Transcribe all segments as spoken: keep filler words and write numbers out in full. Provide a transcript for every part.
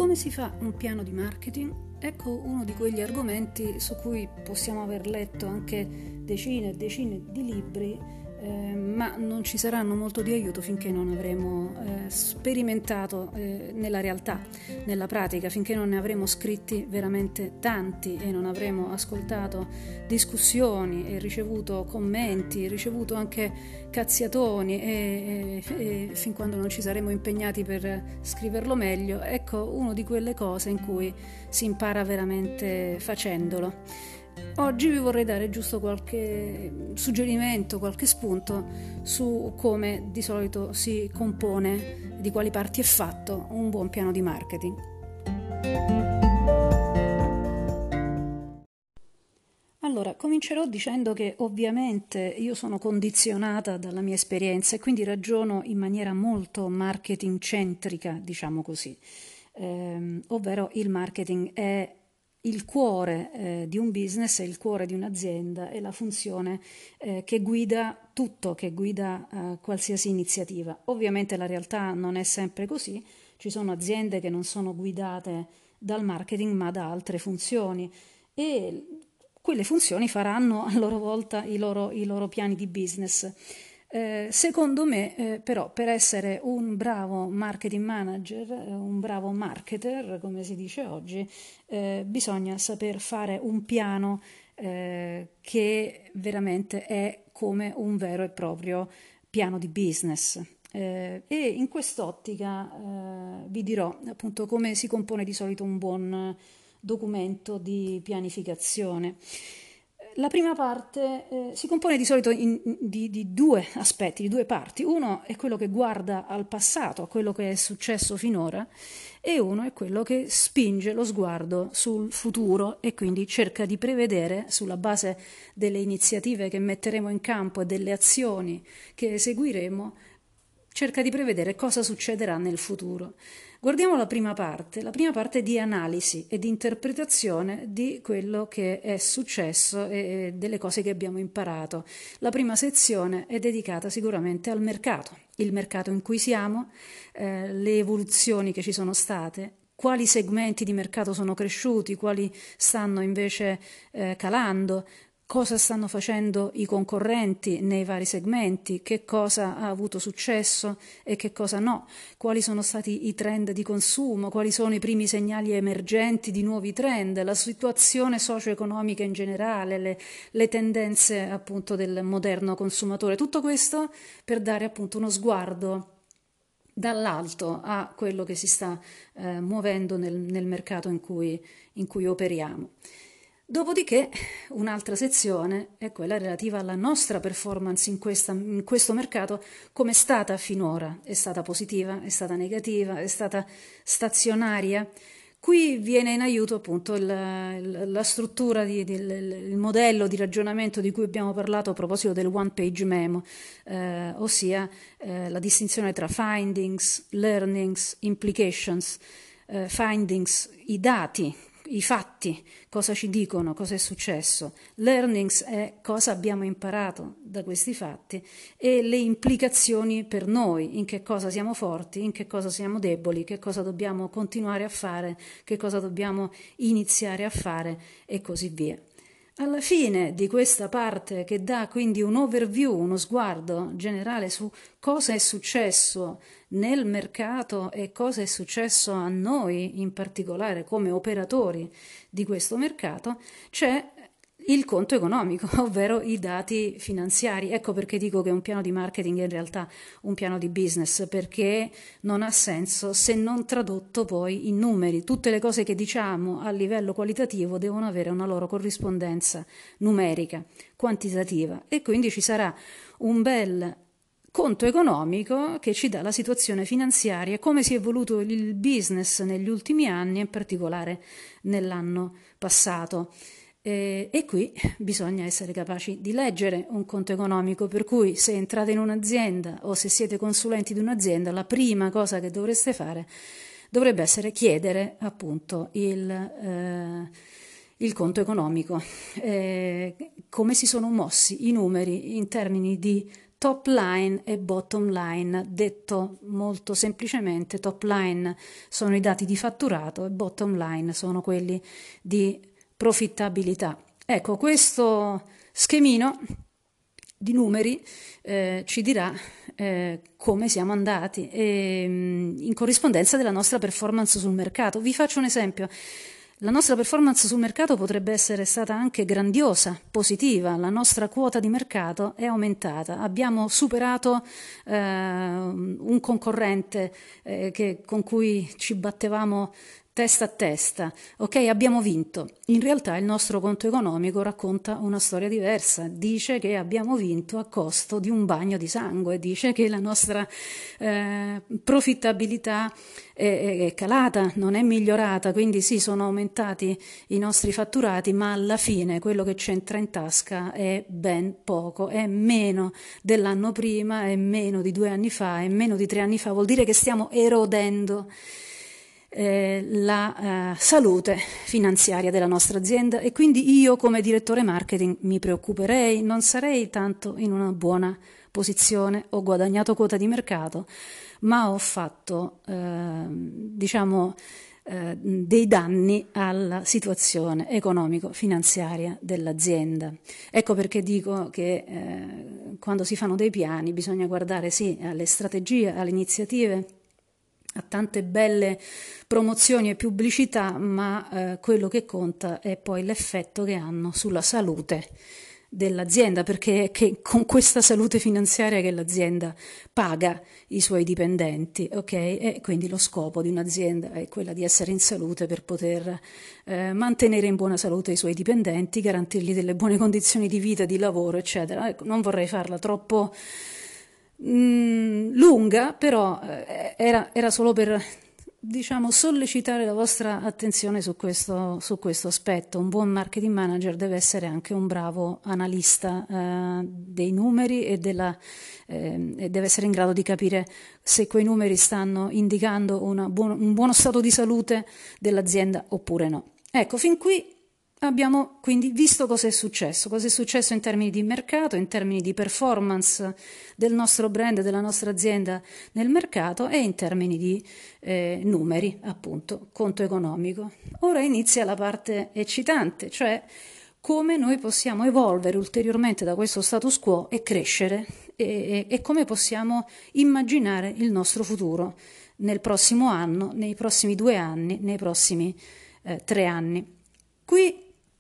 Come si fa un piano di marketing? Ecco uno di quegli argomenti su cui possiamo aver letto anche decine e decine di libri, eh, ma non ci saranno molto di aiuto finché non avremo eh, sperimentato eh, nella realtà, nella pratica, finché non ne avremo scritti veramente tanti e non avremo ascoltato discussioni e ricevuto commenti, ricevuto anche cazziatoni e, e, e fin quando non ci saremo impegnati per scriverlo meglio. Ecco una di quelle cose in cui si impara veramente facendolo. Oggi vi vorrei dare giusto qualche suggerimento, qualche spunto su come di solito si compone, di quali parti è fatto un buon piano di marketing. Allora, comincerò dicendo che ovviamente io sono condizionata dalla mia esperienza e quindi ragiono in maniera molto marketing centrica, diciamo così, ehm, ovvero il marketing è il cuore eh, di un business, è il cuore di un'azienda, è la funzione eh, che guida tutto, che guida eh, qualsiasi iniziativa. Ovviamente la realtà non è sempre così, ci sono aziende che non sono guidate dal marketing ma da altre funzioni e quelle funzioni faranno a loro volta i loro, i loro piani di business. Eh, secondo me, eh, però, per essere un bravo marketing manager, eh, un bravo marketer, come si dice oggi, eh, bisogna saper fare un piano eh, che veramente è come un vero e proprio piano di business. Eh, e in quest'ottica eh, vi dirò appunto come si compone di solito un buon documento di pianificazione. La prima parte eh, si compone di solito in, di, di due aspetti, di due parti. Uno è quello che guarda al passato, a quello che è successo finora, e uno è quello che spinge lo sguardo sul futuro e quindi cerca di prevedere, sulla base delle iniziative che metteremo in campo e delle azioni che eseguiremo, cerca di prevedere cosa succederà nel futuro. Guardiamo la prima parte, la prima parte di analisi e di interpretazione di quello che è successo e delle cose che abbiamo imparato. La prima sezione è dedicata sicuramente al mercato, il mercato in cui siamo, eh, le evoluzioni che ci sono state, quali segmenti di mercato sono cresciuti, quali stanno invece eh, calando, cosa stanno facendo i concorrenti nei vari segmenti, che cosa ha avuto successo e che cosa no, quali sono stati i trend di consumo, quali sono i primi segnali emergenti di nuovi trend, la situazione socio-economica in generale, le, le tendenze appunto del moderno consumatore, tutto questo per dare appunto uno sguardo dall'alto a quello che si sta eh, muovendo nel, nel mercato in cui, in cui operiamo. Dopodiché un'altra sezione è quella relativa alla nostra performance in, questa, in questo mercato, come è stata finora, è stata positiva, è stata negativa, è stata stazionaria. Qui viene in aiuto appunto il, il, la struttura, di, di, il, il modello di ragionamento di cui abbiamo parlato a proposito del one page memo, eh, ossia eh, la distinzione tra findings, learnings, implications. Eh, findings, i dati, i fatti, cosa ci dicono, cosa è successo. Learnings è cosa abbiamo imparato da questi fatti e le implicazioni per noi, in che cosa siamo forti, in che cosa siamo deboli, che cosa dobbiamo continuare a fare, che cosa dobbiamo iniziare a fare e così via. Alla fine di questa parte, che dà quindi un overview, uno sguardo generale su cosa è successo nel mercato e cosa è successo a noi in particolare come operatori di questo mercato, c'è il conto economico, ovvero i dati finanziari. Ecco perché dico che un piano di marketing è in realtà un piano di business, perché non ha senso se non tradotto poi in numeri. Tutte le cose che diciamo a livello qualitativo devono avere una loro corrispondenza numerica, quantitativa, e quindi ci sarà un bel conto economico che ci dà la situazione finanziaria, come si è evoluto il business negli ultimi anni, in particolare nell'anno passato. E, e qui bisogna essere capaci di leggere un conto economico, per cui se entrate in un'azienda o se siete consulenti di un'azienda, la prima cosa che dovreste fare dovrebbe essere chiedere appunto il, eh, il conto economico, eh, come si sono mossi i numeri in termini di top line e bottom line. Detto molto semplicemente, top line sono i dati di fatturato e bottom line sono quelli di profittabilità. Ecco, questo schemino di numeri eh, ci dirà eh, come siamo andati e, in corrispondenza della nostra performance sul mercato. Vi faccio un esempio. La nostra performance sul mercato potrebbe essere stata anche grandiosa, positiva, la nostra quota di mercato è aumentata, abbiamo superato eh, un concorrente eh, che, con cui ci battevamo testa a testa, ok, abbiamo vinto. In realtà il nostro conto economico racconta una storia diversa, dice che abbiamo vinto a costo di un bagno di sangue, dice che la nostra eh, profittabilità è, è calata, non è migliorata, quindi sì, sono aumentati i nostri fatturati, ma alla fine quello che c'entra in tasca è ben poco, è meno dell'anno prima, è meno di due anni fa, è meno di tre anni fa, vuol dire che stiamo erodendo Eh, la eh, salute finanziaria della nostra azienda e quindi io come direttore marketing mi preoccuperei, non sarei tanto in una buona posizione, ho guadagnato quota di mercato, ma ho fatto eh, diciamo eh, dei danni alla situazione economico-finanziaria dell'azienda. Ecco perché dico che eh, quando si fanno dei piani bisogna guardare sì alle strategie, alle iniziative, a tante belle promozioni e pubblicità, ma eh, quello che conta è poi l'effetto che hanno sulla salute dell'azienda, perché è che con questa salute finanziaria che l'azienda paga i suoi dipendenti, ok? E quindi lo scopo di un'azienda è quella di essere in salute per poter eh, mantenere in buona salute i suoi dipendenti, garantirgli delle buone condizioni di vita, di lavoro, eccetera. Ecco, non vorrei farla troppo Mm, lunga, però eh, era, era solo per, diciamo, sollecitare la vostra attenzione su questo, su questo aspetto. Un buon marketing manager deve essere anche un bravo analista eh, dei numeri e, della, eh, e deve essere in grado di capire se quei numeri stanno indicando una buon, un buono stato di salute dell'azienda oppure no. Ecco, fin qui abbiamo quindi visto cosa è successo, cosa è successo in termini di mercato, in termini di performance del nostro brand, della nostra azienda nel mercato e in termini di eh, numeri, appunto, conto economico. Ora inizia la parte eccitante, cioè come noi possiamo evolvere ulteriormente da questo status quo e crescere e, e, e come possiamo immaginare il nostro futuro nel prossimo anno, nei prossimi due anni, nei prossimi eh, tre anni. Qui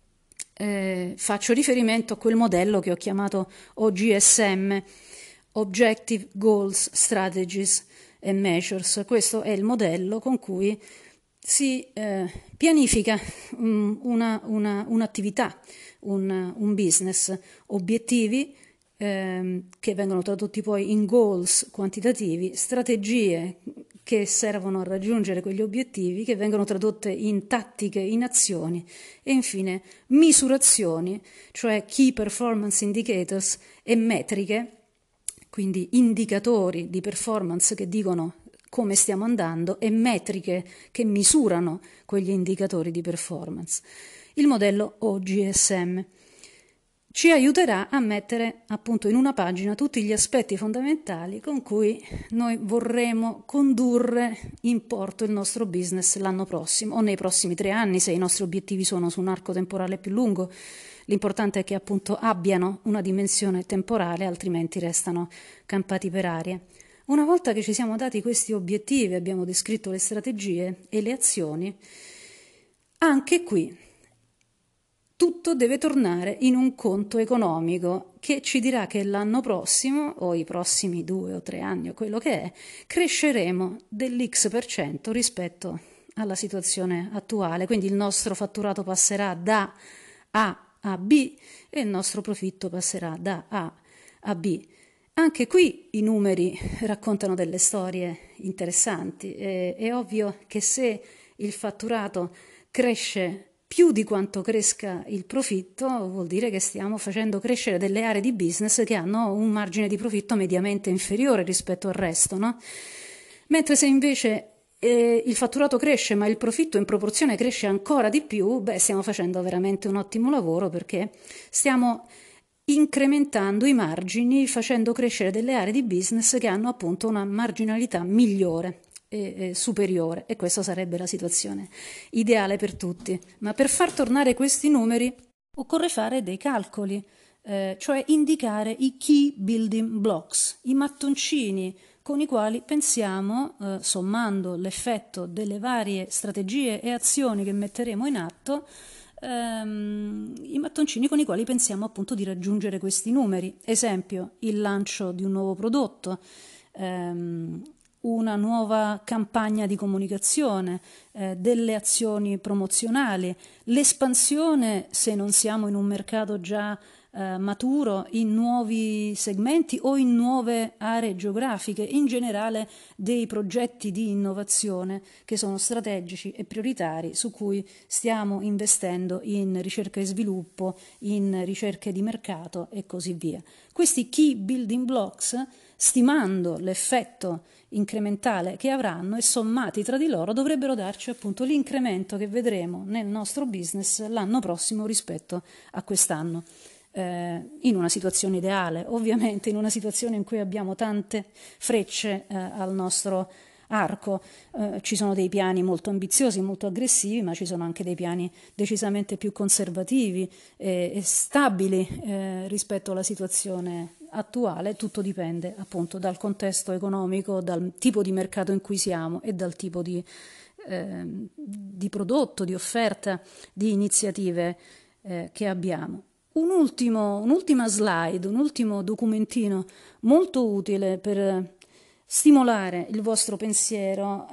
Eh, faccio riferimento a quel modello che ho chiamato O G S M, Objective Goals, Strategies and Measures. Questo è il modello con cui si eh, pianifica um, una, una, un'attività, un, un business, obiettivi ehm, che vengono tradotti poi in goals quantitativi, strategie che servono a raggiungere quegli obiettivi, che vengono tradotte in tattiche, in azioni e infine misurazioni, cioè key performance indicators e metriche, quindi indicatori di performance che dicono come stiamo andando e metriche che misurano quegli indicatori di performance. Il modello O G S M ci aiuterà a mettere appunto in una pagina tutti gli aspetti fondamentali con cui noi vorremmo condurre in porto il nostro business l'anno prossimo o nei prossimi tre anni, se i nostri obiettivi sono su un arco temporale più lungo. L'importante è che appunto abbiano una dimensione temporale, altrimenti restano campati per aria. Una volta che ci siamo dati questi obiettivi, abbiamo descritto le strategie e le azioni, anche qui tutto deve tornare in un conto economico che ci dirà che l'anno prossimo, o i prossimi due o tre anni o quello che è, cresceremo dell'X per cento rispetto alla situazione attuale. Quindi il nostro fatturato passerà da A a B e il nostro profitto passerà da A a B. Anche qui i numeri raccontano delle storie interessanti. È, è ovvio che se il fatturato cresce più di quanto cresca il profitto, vuol dire che stiamo facendo crescere delle aree di business che hanno un margine di profitto mediamente inferiore rispetto al resto, no? Mentre se invece eh, il fatturato cresce ma il profitto in proporzione cresce ancora di più, beh, stiamo facendo veramente un ottimo lavoro perché stiamo incrementando i margini, facendo crescere delle aree di business che hanno appunto una marginalità migliore e, e superiore, e questa sarebbe la situazione ideale per tutti. Ma per far tornare questi numeri occorre fare dei calcoli, eh, cioè indicare i key building blocks, i mattoncini con i quali pensiamo, eh, sommando l'effetto delle varie strategie e azioni che metteremo in atto, ehm, i mattoncini con i quali pensiamo appunto di raggiungere questi numeri. Esempio, il lancio di un nuovo prodotto, ehm, una nuova campagna di comunicazione, eh, delle azioni promozionali, l'espansione, se non siamo in un mercato già eh, maturo, in nuovi segmenti o in nuove aree geografiche, in generale dei progetti di innovazione che sono strategici e prioritari, su cui stiamo investendo in ricerca e sviluppo, in ricerche di mercato e così via. Questi key building blocks, stimando l'effetto incrementale che avranno e sommati tra di loro, dovrebbero darci appunto l'incremento che vedremo nel nostro business l'anno prossimo rispetto a quest'anno. Eh, in una situazione ideale, ovviamente in una situazione in cui abbiamo tante frecce eh, al nostro arco, eh, ci sono dei piani molto ambiziosi, molto aggressivi, ma ci sono anche dei piani decisamente più conservativi e, e stabili eh, rispetto alla situazione attuale. Tutto dipende appunto dal contesto economico, dal tipo di mercato in cui siamo e dal tipo di, eh, di prodotto, di offerta, di iniziative eh, che abbiamo. Un ultimo, un'ultima slide, un ultimo documentino molto utile per stimolare il vostro pensiero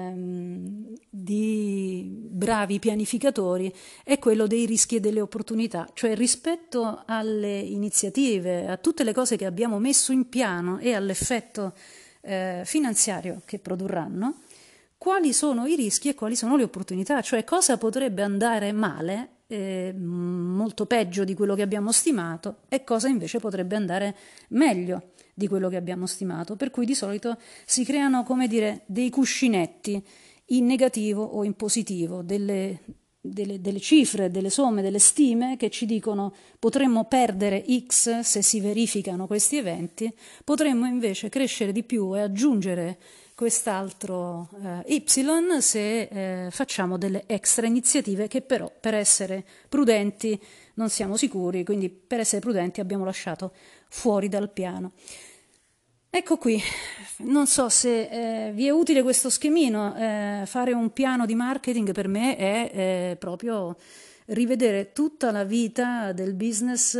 ehm, di bravi pianificatori è quello dei rischi e delle opportunità, cioè rispetto alle iniziative, a tutte le cose che abbiamo messo in piano e all'effetto eh, finanziario che produrranno, quali sono i rischi e quali sono le opportunità, cioè cosa potrebbe andare male, eh, molto peggio di quello che abbiamo stimato, e cosa invece potrebbe andare meglio di quello che abbiamo stimato, per cui di solito si creano, come dire, dei cuscinetti in negativo o in positivo, delle, delle, delle cifre, delle somme, delle stime che ci dicono potremmo perdere X se si verificano questi eventi, potremmo invece crescere di più e aggiungere quest'altro eh, Y se eh, facciamo delle extra iniziative che però per essere prudenti non siamo sicuri, quindi per essere prudenti abbiamo lasciato fuori dal piano. Ecco qui, non so se eh, vi è utile questo schemino, eh, fare un piano di marketing per me è eh, proprio rivedere tutta la vita del business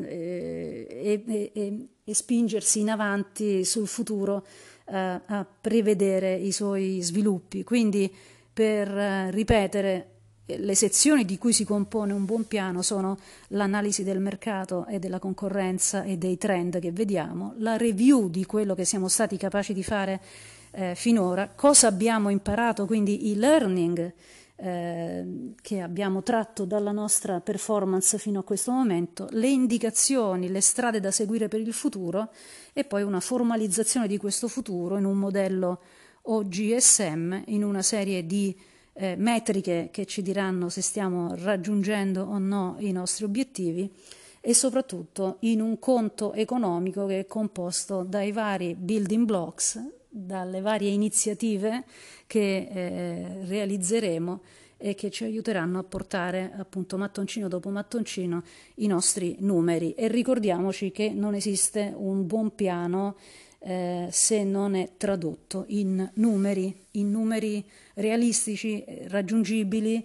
eh, e, e, e spingersi in avanti sul futuro eh, a prevedere i suoi sviluppi. Quindi per eh, ripetere, le sezioni di cui si compone un buon piano sono l'analisi del mercato e della concorrenza e dei trend che vediamo, la review di quello che siamo stati capaci di fare eh, finora, cosa abbiamo imparato, quindi i learning eh, che abbiamo tratto dalla nostra performance fino a questo momento, le indicazioni, le strade da seguire per il futuro e poi una formalizzazione di questo futuro in un modello O G S M, in una serie di Eh, metriche che ci diranno se stiamo raggiungendo o no i nostri obiettivi e soprattutto in un conto economico che è composto dai vari building blocks, dalle varie iniziative che eh, realizzeremo e che ci aiuteranno a portare appunto mattoncino dopo mattoncino i nostri numeri. E ricordiamoci che non esiste un buon piano Eh, se non è tradotto in numeri, in numeri realistici, raggiungibili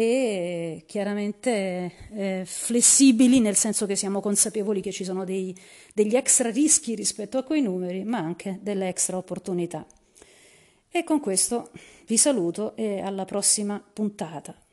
e chiaramente eh, flessibili, nel senso che siamo consapevoli che ci sono dei, degli extra rischi rispetto a quei numeri, ma anche delle extra opportunità. E con questo vi saluto e alla prossima puntata.